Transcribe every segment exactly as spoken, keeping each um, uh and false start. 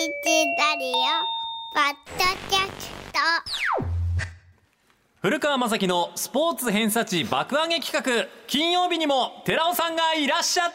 ラディオポッドキャスト。 古川雅樹のスポーツ偏差値爆上げ企画、金曜日にも寺尾さんがいらっしゃった。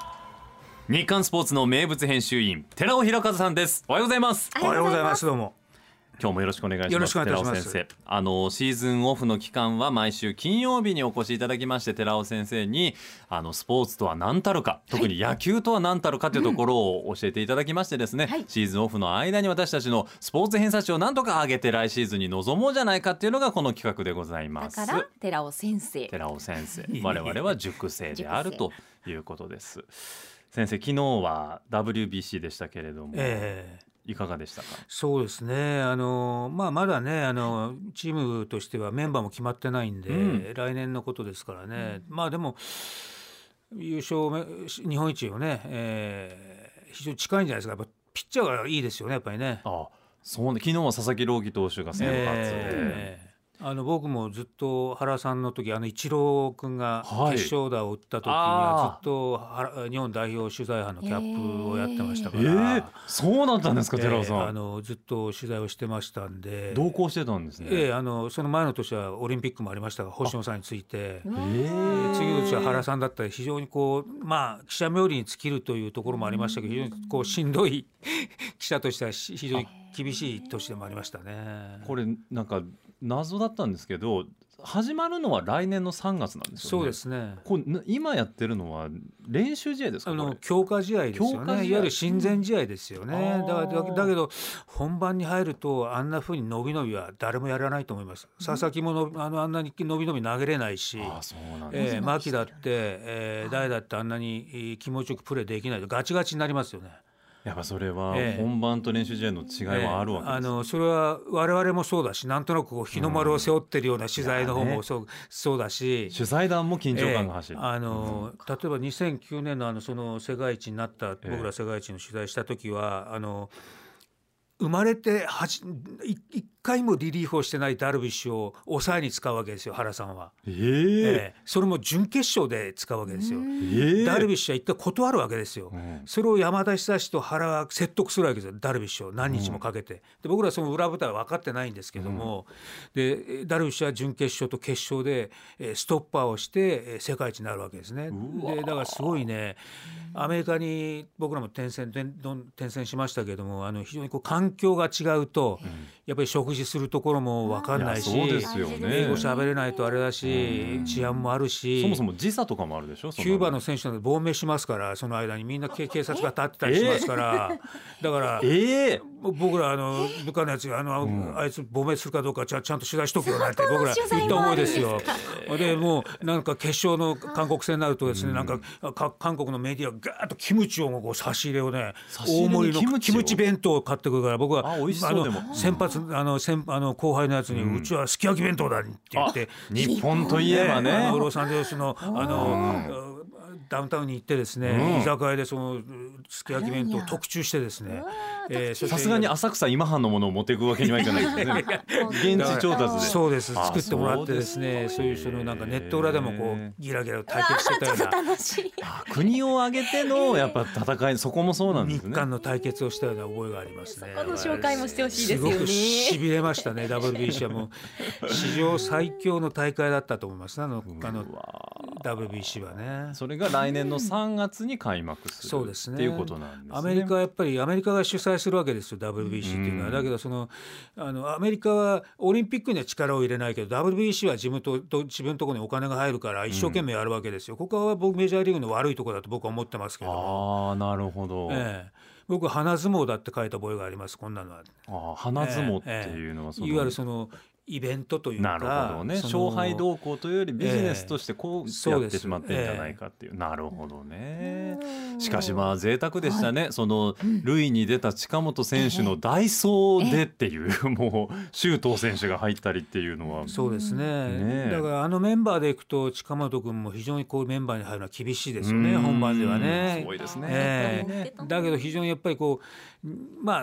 日刊スポーツの名物編集員寺尾博一さんです。おはようございます。 おはようございます。どうも今日もよろしくお願いします。 よろしくお願いします。 寺尾先生、あのシーズンオフの期間は毎週金曜日にお越しいただきまして、寺尾先生にあのスポーツとは何たるか、特に野球とは何たるかというところを教えていただきましてですね、はい、シーズンオフの間に私たちのスポーツ偏差値を何とか上げて来シーズンに臨もうじゃないかっていうのがこの企画でございます。 だから寺尾先生寺尾先生我々は塾生であるということです。先生、昨日は ダブリュービーシー でしたけれども、えーいかがでしたか？ そうですね、あの、まあ、まだねあのチームとしてはメンバーも決まってないんで、うん、来年のことですからね、うん、まあでも優勝日本一をね、えー、非常に近いんじゃないですか。やっぱピッチャーがいいですよね、やっぱりね。 ああ、そうね、昨日は佐々木朗希投手が先発で、 えーあの僕もずっと原さんの時、あのイチロー君が決勝打を打った時にはずっと日本代表取材班のキャップをやってましたから、えーえー、そうだったんですか、寺尾さん。 えー、あのずっと取材をしてましたんで。 同行してたんですね。 えー、あのその前の年はオリンピックもありましたが、星野さんについて、えー、次の年は原さんだったり、非常にこう、まあ、記者冥利に尽きるというところもありましたけど、非常にこうしんどい記者としては非常に厳しい年でもありましたね。 これなんか謎だったんですけど、始まるのは来年のさんがつなんですよね。 そうですね。 こう今やってるのは練習試合ですか？ あの強化試合ですよね。いわゆる親善試合ですよね。だからだけど本番に入るとあんな風に伸び伸びは誰もやらないと思います。佐々木ものあのあんなに伸び伸び投げれないし、あ、そうなんですね。えー、牧だって、えー、誰だってあんなに気持ちよくプレーできないとガチガチになりますよね。 やっぱそれは本番と練習試合の違いはあるわけです、ええ、 あのそれは我々もそうだし、なんとなくこう日の丸を背負ってるような取材の方もそう、ね、そうだし、 取材団も緊張感が走る、 ええ、あの例えばにせんきゅうねんのあのその世界一になった、僕ら世界一の取材した時は、あの生まれていっかいもリリーフをしてないダルビッシュを抑えに使うわけですよ、原さんは。 えーえー、それも準決勝で使うわけですよ。えー、ダルビッシュは一回断るわけですよ、うん、それを山田久志と原は説得するわけですよ、ダルビッシュを何日もかけて、うん、で僕らはその裏舞台は分かってないんですけども、うん、でダルビッシュは準決勝と決勝でストッパーをして世界一になるわけですね。でだからすごいね、アメリカに僕らも転戦転戦しましたけども、あの非常にこう環境が違うと、うん、やっぱり食事するところも分かんないし、 そうですよね、 英語喋れないとあれだし、治安もあるし、 そもそも時差とかもあるでしょ。 キューバの選手なんて亡命しますから、その間にみんな警察が立ってたりしますから、えー、だから、えー、僕らあの部下のやつがあの、うん、あいつ亡命するかどうかちゃ, ちゃんと取材しとくよなんて僕ら言った思いですよ。でもうなんか決勝の韓国戦になるとですね、うん、なんか韓国のメディアがガーッとキムチをこう差し入れをね、大盛りのキムチ弁当を買ってくるから、僕はあ美味しそうでも、あの先発あの先あの後輩のやつに、うん、うちはすき焼き弁当だって言って、 日本といえばね、 あのロサンゼルスのあのダウンタウンに行ってですね、うん、居酒屋でそのすき焼き弁当を特注してですね、 さすがに浅草今半のものを持っていくわけにはいかないですね。現地調達で。 そうです、作ってもらってですね、そういうそのなんかネット裏でもこうギラギラ対決してたような、 国を挙げてのやっぱ戦い、そこもそうなんですね。 日韓の対決をしたような覚えがありますね。 そこの紹介もしてほしいですよね。 すごくしびれましたね。ダブリュービーシー はもう史上最強の大会だったと思います。あのあの ダブリュービーシー はね。 それが来年のさんがつに開幕する、 そうですね、 っていうことなんですね。 アメリカはやっぱりアメリカが主催するわけですよ、 ダブリュービーシー っていうのは、うん、だけどそのあのアメリカはオリンピックには力を入れないけど ダブリュービーシー は自分と自分のところにお金が入るから一生懸命やるわけですよ、うん、ここは僕メジャーリーグの悪いところだと僕は思ってますけども。 ああ、なるほど、 ええ、僕は花相撲だって書いた覚えがあります。こんなのはあ花相撲っていうのはその、 ええ、いわゆるそのイベントというか、 なるほどね、勝敗動向というよりビジネスとしてこうやってしまってんじゃないかっていう、えー、なるほどね。しかしまあ贅沢でしたね、はい、その塁に出た近本選手の代走でっていう、えー、もう周東選手が入ったりっていうのは。 そうですね、ね、だからあのメンバーでいくと近本君も非常にこうメンバーに入るのは厳しいですよね、本番ではね。 すごいですね、 えー、だけど非常にやっぱりこうまあ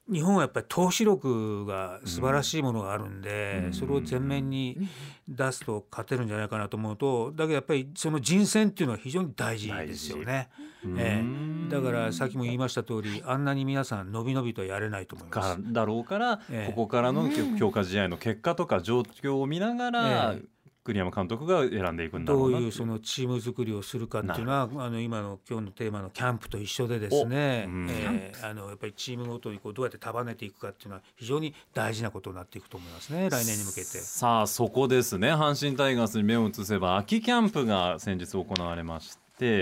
日本はやっぱり投手力が素晴らしいものがあるんで、うん、それを前面に出すと勝てるんじゃないかなと思うと、だけどやっぱりその人選っていうのは非常に大事ですよね。えー、だからさっきも言いました通り、あんなに皆さん伸び伸びとやれないと思います。 だろうから、えー、ここからの強化試合の結果とか状況を見ながら、えー栗山監督が選んでいくんだろうな。 どういうそのチーム作りをするかっていうのは、あの今の今日のテーマのキャンプと一緒でですね、うんえー、あのやっぱりチームごとにこうどうやって束ねていくかっていうのは非常に大事なことになっていくと思いますね、来年に向けて。 さあそこですね、阪神タイガースに目を移せば秋キャンプが先日行われまして、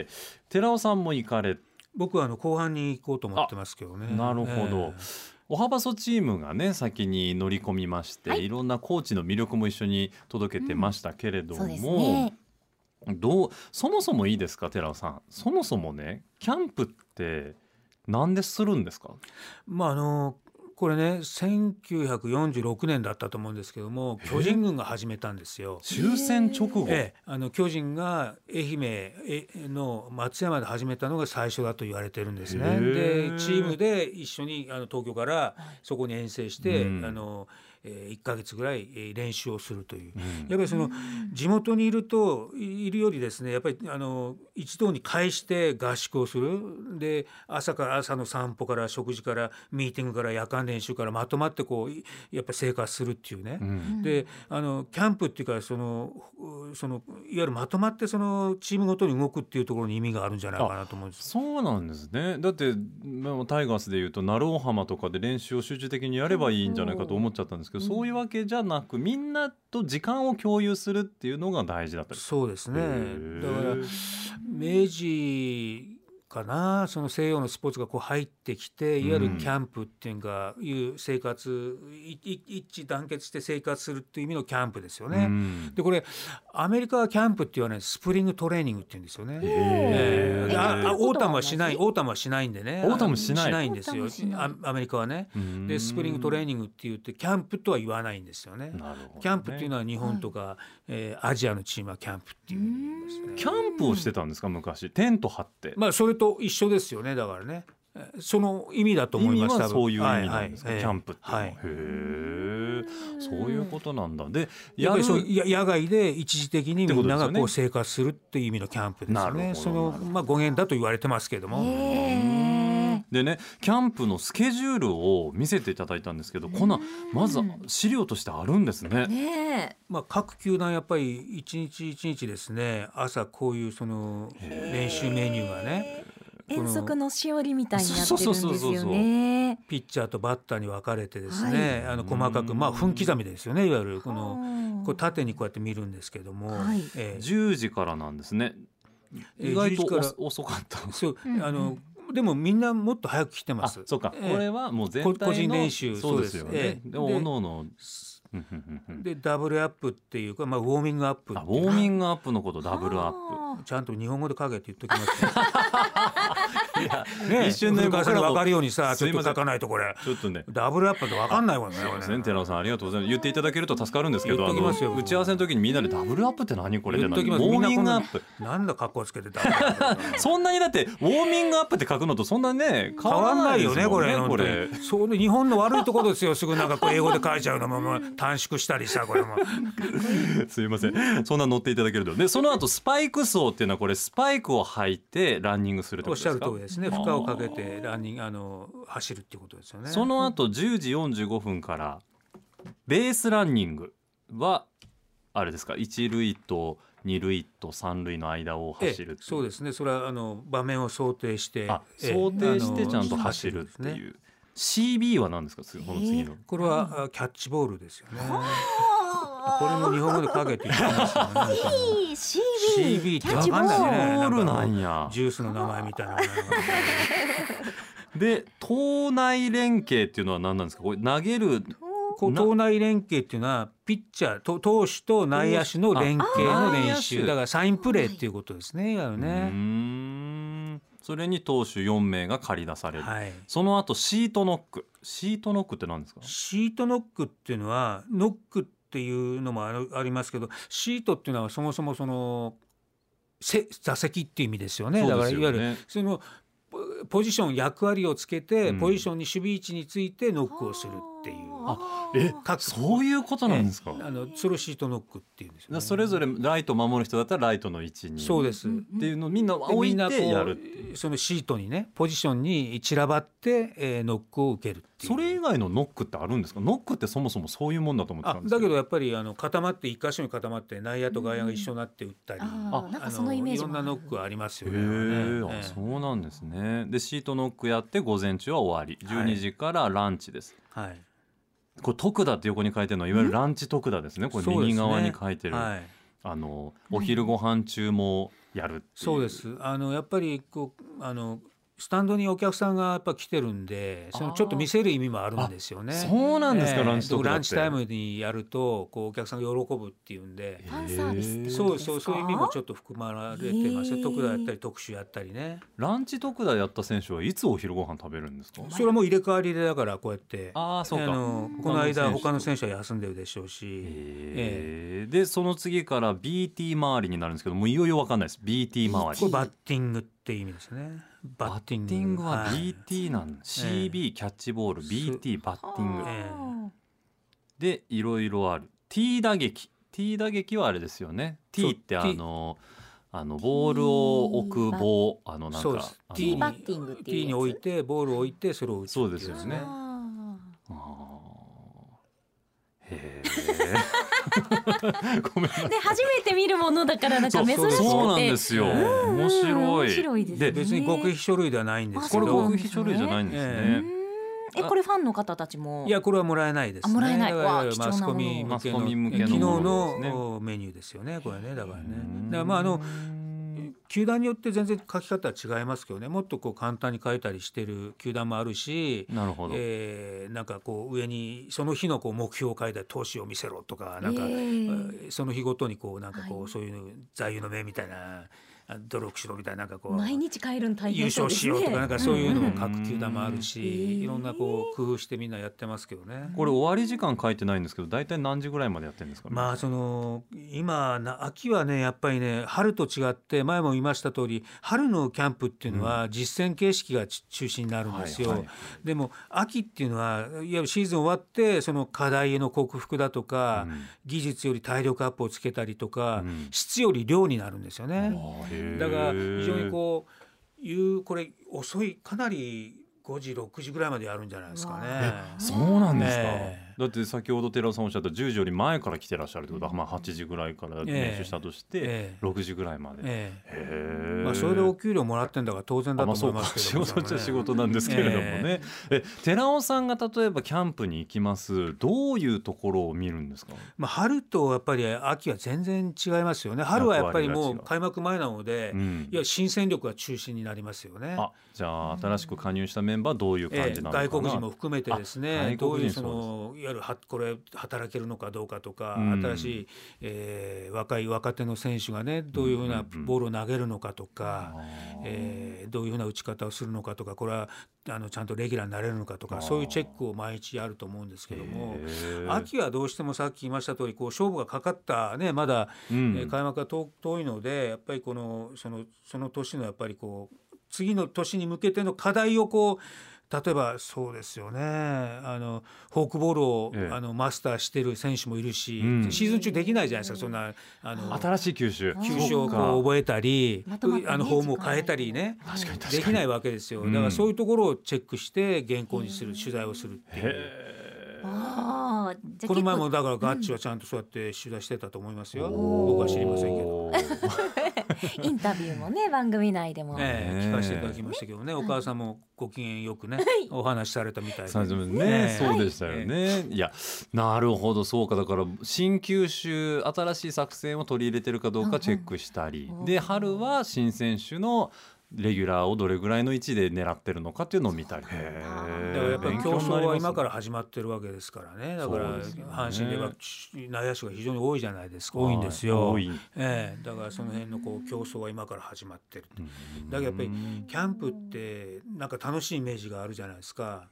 寺尾さんも行かれ。 僕はあの後半に行こうと思ってますけどね。 なるほど、えーおはばそチームがね先に乗り込みまして、はい、いろんなコーチの魅力も一緒に届けてましたけれども、うん そ, ね、どうそもそもいいですか寺尾さん、そもそもねキャンプってなんでするんですか？ まああのこれねせんきゅうひゃくよんじゅうろくねんだったと思うんですけども、巨人軍が始めたんですよ。 終戦直後、 ええ、あの巨人が愛媛の松山で始めたのが最初だと言われてるんですね。でチームで一緒にあの東京からそこに遠征して、うん、あのいっかげつぐらい練習をするという、うん、やっぱりその地元にいるといるよりですね、やっぱりあの一堂に会して合宿をする。で朝から朝の散歩から食事からミーティングから夜間練習からまとまってこうやっぱ生活するっていうね、うん、であのキャンプっていうかそのそのいわゆるまとまってそのチームごとに動くっていうところに意味があるんじゃないかなと思うんです。 そうなんですね。だってタイガースでいうと鳴尾浜とかで練習を集中的にやればいいんじゃないかと思っちゃったんですけど、そういうわけじゃなくみんなと時間を共有するっていうのが大事だったり。 そうですね。だから明治かな、その西洋のスポーツがこう入ってきて、いわゆるキャンプっていうかいう生活、うん、一致団結して生活するっていう意味のキャンプですよね、うん、でこれアメリカはキャンプって言わないスプリングトレーニングって言うんですよね。えー、ああオータムはしないオータムはしないんでね、 オータムしないしないんですよアメリカはね。でスプリングトレーニングって言ってキャンプとは言わないんですよね。なるほどね。キャンプっていうのは日本とか、はいえー、アジアのチームはキャンプっていう意味ですね。 キャンプをしてたんですか昔、テント張って。 まあそれと一緒ですよね。だからねその意味だと思いました。 意味はそういう意味なんですか、 はいはい、 キャンプっていうのは、はい、へえそういうことなんだ。でやるそう野外で一時的にみんながこう生活するっていう意味のキャンプですよね。その、まあ、語源だと言われてますけれども。 でねキャンプのスケジュールを見せていただいたんですけど、こんなまず資料としてあるんですね。 ねまあ、各球団やっぱり一日一日ですね、朝こういうその練習メニューがね遠足のしおりみたいになってるんですよね。 ピッチャーとバッターに分かれてですね、はい、あの細かくまあ分刻みですよね。いわゆるこのこう縦にこうやって見るんですけども、はいえー、じゅうじからなんですね。意外と遅かった。 そうあのでもみんなもっと早く来てます。 そうか、えー、これはもう全体の個人練習。 そうですよね。えー、でおのおのでダブルアップっていうか、まあ、ウォーミングアップ。 ウォーミングアップのことダブルアップ。 ちゃんと日本語で書けって言っときますよ。 いやね、 一瞬で僕ら分かるようにさちょっと書かないとこれちょっとねダブルアップって分かんないもんね。 そうですね、寺尾さんありがとうございます。言っていただけると助かるんですけど、あの打ち合わせの時にみんなでダブルアップって何これってウォーミングアップなんだ格好つけてダブルアップそんなにだってウォーミングアップって書くのとそんなね変わらないよねこれ。 これそう日本の悪いところですよ。すぐなんかこう英語で書いちゃうのも短縮したりさこれもすいませんそんな乗っていただけると。でその後スパイク走っていうのはこれスパイクを履いてランニングするってことですか。 おっしゃる通りですね。負荷をかけてランニングあの走るっていうことですよね。 その後じゅうじよんじゅうごふんからベースランニングはあれですか、一塁と二塁と三塁の間を走る。 そうですね。それはあの場面を想定してあ想定してちゃんと走るっていう。シービー は何ですかこの次の。 これはキャッチボールですよね。これも日本語で書けって言ってますよね。 シービーって分かんないね。 ボールなんや。 ジュースの名前みたいな。 で投内連携っていうのは何なんですか。これ投げる投内連携っていうのはピッチャーと投手と内野手の連携の練習だからサインプレーっていうことですね。やるね。うーんそれに投手よんめいが借り出される、はい、その後シートノック。シートノックって何ですか。 シートノックっていうのはノックっていうのもあるありますけど、シートっていうのはそもそもその座席っていう意味ですよね。だからいわゆるそのポジション役割をつけて、うん、ポジションに守備位置についてノックをするっていう。 あえそういうことなんですか。 あのソロシートノックっていうんですよね。 それぞれライト守る人だったらライトの位置にそうですっていうのをみんな置いてやるっていう。 そのシートにねポジションに散らばって、えー、ノックを受けるっていう。 それ以外のノックってあるんですか。ノックってそもそもそういうもんだと思ってたんですけど。 あだけどやっぱりあの固まって一箇所に固まって内野と外野が一緒になって打ったり、うん、 あなんかそのイメージもいろんなノックありますよね。 へー、あそうなんですね。でシートノックやって午前中は終わり、じゅうにじからランチです。 はい、はいこれ特打って横に書いてるのはいわゆるランチ特打ですね。これ右側に書いてる、 ねはい、 あのお昼ご飯中もやるっていう。 そうです。あのやっぱりこうあのスタンドにお客さんがやっぱ来てるんで、そのちょっと見せる意味もあるんですよね。 そうなんですか、えー、ランチ特打って。 ランチタイムにやるとこうお客さんが喜ぶっていうんで、 ファンサービスってことですか。 そうそうそういう意味もちょっと含まれてますね。特打やったり特集やったりね。 ランチ特打やった選手はいつお昼ご飯食べるんですか。 それはもう入れ替わりでだからこうやってあそうかあのこの間他の選手は休んでるでしょうし、 えー、でその次から ビーティー 周りになるんですけどもういよいよ分かんないです。 ビーティー 周りこれバッティングって意味ですね。 バッティングは ビーティー なん、はい、シービー キャッチボール ビーティー バッティング、えー、でいろいろある。 T 打撃 T 打撃はあれですよね。 T ってあのあのボールを置く棒あのなんか T バッティングっていうやつ。 T に置いてボールを置いてそれを打つ。 そうですよね。あへごめんなさい。 で初めて見るものだからなんか珍しくてそうなんですよ。面白い。 面白いですね。 で別に極秘書類ではないんですけど。 これ極秘書類じゃないんですね。 えー、えこれファンの方たちも。 いやこれはもらえないですね。 あもらえない。 マスコミ向けの昨日のメニューですよねこれね。だからね。だからまああの球団によって全然書き方は違いますけどね。もっとこう簡単に書いたりしてる球団もあるし、 なるほど、 えー、なんかこう上にその日のこう目標を書いたり投資を見せろとかなんか、えー、その日ごとにこうなんかこう、はい、そういう座右の銘みたいな努力しろみたいななんかこう毎日変えるの大変そうですね。 優勝しようとかなんかそういうのも書く球団もあるし、うんうん、いろんなこう工夫してみんなやってますけどね。 これ終わり時間書いてないんですけど大体何時ぐらいまでやってるんですかね。 まあその今秋はねやっぱりね春と違って前も言いました通り春のキャンプっていうのは実践形式が中心になるんですよ、うんはいはい、でも秋っていうのはいわゆるシーズン終わってその課題への克服だとか、うん、技術より体力アップをつけたりとか、うん、質より量になるんですよね。だから非常にこういうこれ遅いかなりごじろくじぐらいまでやるんじゃないですかね。 そうなんですか、ね、だって先ほど寺尾さんおっしゃったじゅうじより前から来てらっしゃるってことは、まあ、はちじぐらいから練習したとして、えー、ろくじぐらいまで、えー、へまあ、それでお給料もらってんだから当然だと思いますけど、 まあ、仕事っちゃ仕事なんですけれどもね、えー、え寺尾さんが例えばキャンプに行きますどういうところを見るんですか。 まあ、春とやっぱり秋は全然違いますよね。春はやっぱりもう開幕前なので、うん、いや新戦力が中心になりますよね。 あじゃあ新しく加入したメンバーはどういう感じなのかな、 えー、外国人も含めてですねどういうそのいわゆるはこれ働けるのかどうかとか、うん、新しい、えー、若い若手の選手がねどういうふうなボールを投げるのかとか、うんうんえー、どういうふうな打ち方をするのかとかこれはあのちゃんとレギュラーになれるのかとかそういうチェックを毎日やると思うんですけども、秋はどうしてもさっき言いました通りこう勝負がかかったねまだ、うんえー、開幕が遠いのでやっぱりこのそのその年のやっぱりこう次の年に向けての課題をこう例えばそうですよねあのフォークボールを、ええ、あのマスターしてる選手もいるし、うん、シーズン中できないじゃないですかそんなあの新しい球種球種をこう覚えたり、まね、あのフォームを変えたりね確かに確かにできないわけですよ。だからそういうところをチェックして原稿にする取材をするっていう。あこの前もだからガッチはちゃんとそうやって取材してたと思いますよ、うん、僕は知りませんけどインタビューもね番組内でも、 ね、聞かせていただきましたけどね、お母さんもご機嫌よくねお話しされたみたいで、 ねね、そうでしたよね、はい、いやなるほどそうか。だから新球種新しい作戦を取り入れてるかどうかチェックしたり、うんうん、で春は新選手のレギュラーをどれぐらいの位置で狙ってるのかっていうのを見たり。へーだからやっぱり競争は今から始まってるわけですからね。だから阪神では内野手が非常に多いじゃないですか。多いんですよ、多い、ええ、だからその辺のこう競争は今から始まってる。だけどやっぱりキャンプってなんか楽しいイメージがあるじゃないですか。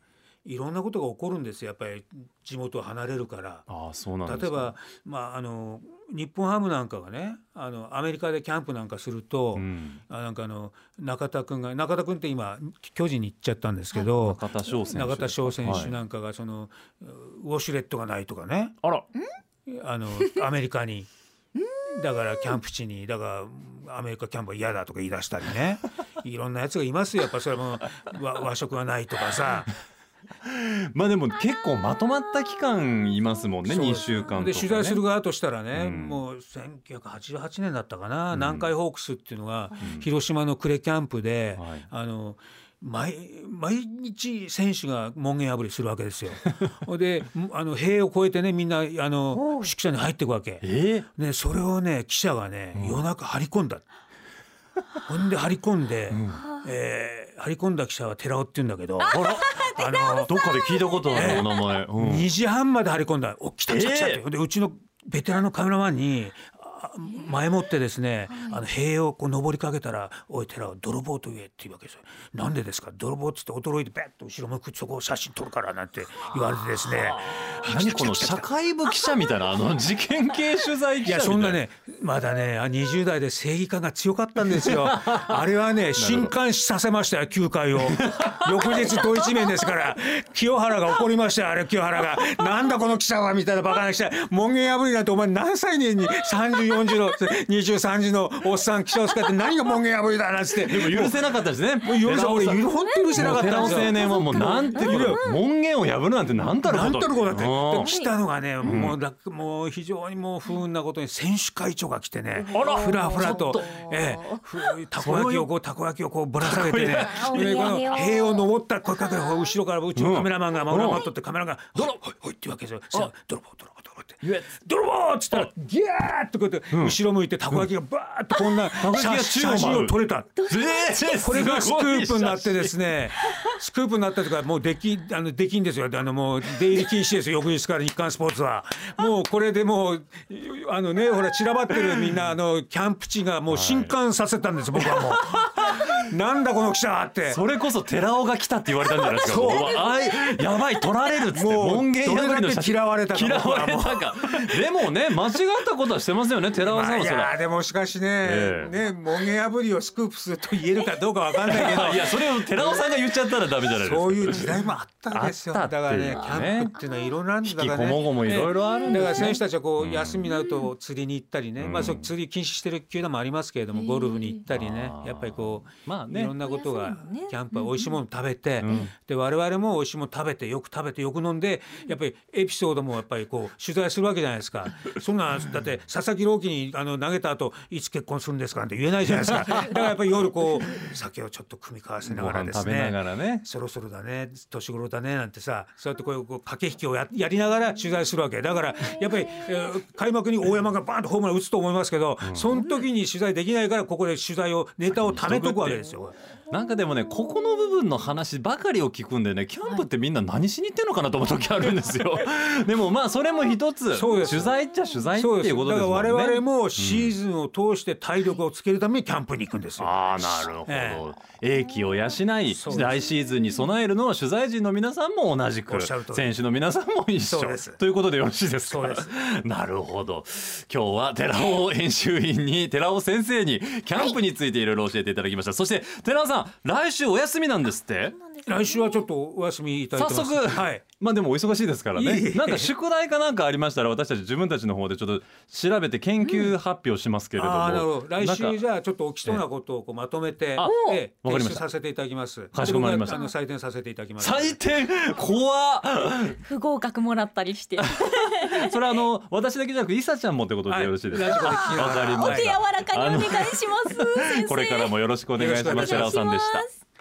いろんなことが起こるんですよ、やっぱり地元を離れるから。 ああ、そうなんですか。 例えば、まあ、あの日本ハムなんかがね、あのアメリカでキャンプなんかすると、うん、あなんかあの中田君が中田君って今巨人に行っちゃったんですけど、 中田翔選手中田翔選手なんかがその、はい、ウォシュレットがないとかね、 あらあのアメリカにだからキャンプ地にだからアメリカキャンプは嫌だとか言い出したりねいろんなやつがいますよ。やっぱそれも和, 和食がないとかさまあでも結構まとまった期間いますもんね。にしゅうかんとか、ね、 で取材する側としたらね、うん、もうせんきゅうひゃくはちじゅうはちねんだったかな、うん、南海ホークスっていうのが広島の呉キャンプで、うんはい、あの毎, 毎日選手が門限破りするわけですよであの塀を越えてねみんなあの宿舎に入っていくわけ、えーね、それをね記者がね、うん、夜中張り込んだほんで張り込んで、うんえー、張り込んだ記者は寺尾って言うんだけどあらあのどっかで聞いたことある、えー、お名前、うん、にじはんまで張り込んだ。お来た来た来たって、えー、でうちのベテランのカメラマンに前もってですね、あの塀をこう登りかけたらおい寺尾泥棒と言えって言うわけですよ。なんでですか泥棒っつって驚いてベッと後ろ向くそこを写真撮るからなんて言われてですね、 何この社会部記者みたいなあの事件系取材記者みたいな。いやそんなねまだねにじゅう代で正義感が強かったんですよあれはね震撼させましたよきゅうかいを翌日ドイツ面ですから清原が怒りましたよ。あれ清原がなんだこの記者はみたいなバカな記者門限破りなんてお前何歳にさんじゅう、よんじゅうのにじゅうさんじのおっさん記者を使って何が門限破りだなんつってでも許せなかったですね。 もう許せ俺本当に許せなかったんですよ。 寺尾青年はもうなんていう門限を破るなんてなんたることなんたることだって来たのがね、うん、もうもう非常にもう不運なことに選手会長が来てねふらふらと、ええ、たこ焼きをこうたこ焼きをこうぶら下げてねこの塀を登った声かけ後ろからうちのカメラマンがマグラマットってカメラが泥棒ほいって言うわけですよ。泥棒泥棒泥棒って泥棒っつったらギャーッとこうやって後ろ向いてたこ焼きがバーッとこんな写真を撮れた。これがスクープになってですねスクープになったとかもうできあのできんですよ。あのもう出入り禁止ですよ翌日から日刊スポーツは。もうこれでもうあのねほら散らばってるみんなあのキャンプ地がもう震撼させたんです僕はもうなんだこの記者って。 それこそ寺尾が来たって言われたんじゃないですか。そうあいやばい取られるっつって門限破りの写真嫌われたか嫌われたかでもね間違ったことはしてますよね寺尾さんは。それ、 まあ、いやでもしかしね、えー、ね門限破りをスクープすると言えるかどうかわかんないけどいやそれを寺尾さんが言っちゃったらダメじゃないですか。 そういう時代もあったんですよ。だからねキャンプっていうのはいろいろあるんだからね。 引きこもごもいろいろあるんですね。 だから選手たちはこう休みになると釣りに行ったりね、うん、まあそ釣り禁止してる球団もありますけれどもゴルフに行ったりねやっぱりこう、まあね、いろんなことがキャンプは美味しいもの食べて、うん、で我々も美味しいもの食べてよく食べてよく飲んでやっぱりエピソードもやっぱりこう取材するわけじゃないですか。そんなだって佐々木朗希にあの投げた後いつ結婚するんですかなんて言えないじゃないですか。だからやっぱり夜こう酒をちょっと組み交わせながらですね、 ご飯食べながらねそろそろだね年頃だねなんてさそうやってこういうこう駆け引きを や, やりながら取材するわけだからやっぱり、えー、開幕に大山がバーンとホームラン打つと思いますけど、うん、その時に取材できないからここで取材をネタを貯めとくわけですよ。 なんかでもねここの部分の話ばかりを聞くんでねキャンプってみんな何しに行ってんのかなと思う時あるんですよでもまあそれも一つ取材っちゃ取材っていうことですもんね。 だから我々もシーズンを通して体力をつけるためにキャンプに行くんですよ、 うん、ああなるほど、えー、英気を養い来シーズンに備えるのは取材陣の皆さんも同じく選手の皆さんも一緒ということでよろしいですか。 そうですなるほど。今日は寺尾編集員に寺尾先生にキャンプについていろいろ教えていただきました、はい、そして寺尾さん来週お休みなんですって。 来週はちょっとお休みいただいてます。 早速、 はい、 まあでもお忙しいですからね。なんか宿題かなんかありましたら私たち自分たちの方でちょっと調べて研究発表しますけれども、うん、 あなるほど来週じゃあちょっと起きそうなことをこうまとめてええ提出させていただきます。 かしこまりました。 あの採点させていただきます。 採点怖っ不合格もらったりしてそれはあの私だけじゃなくイサちゃんもってことでよろしいですか。わ、 はい、かりました。お手柔らかにお願いします先生。 これからもよろしくお願いします。寺尾さんでした。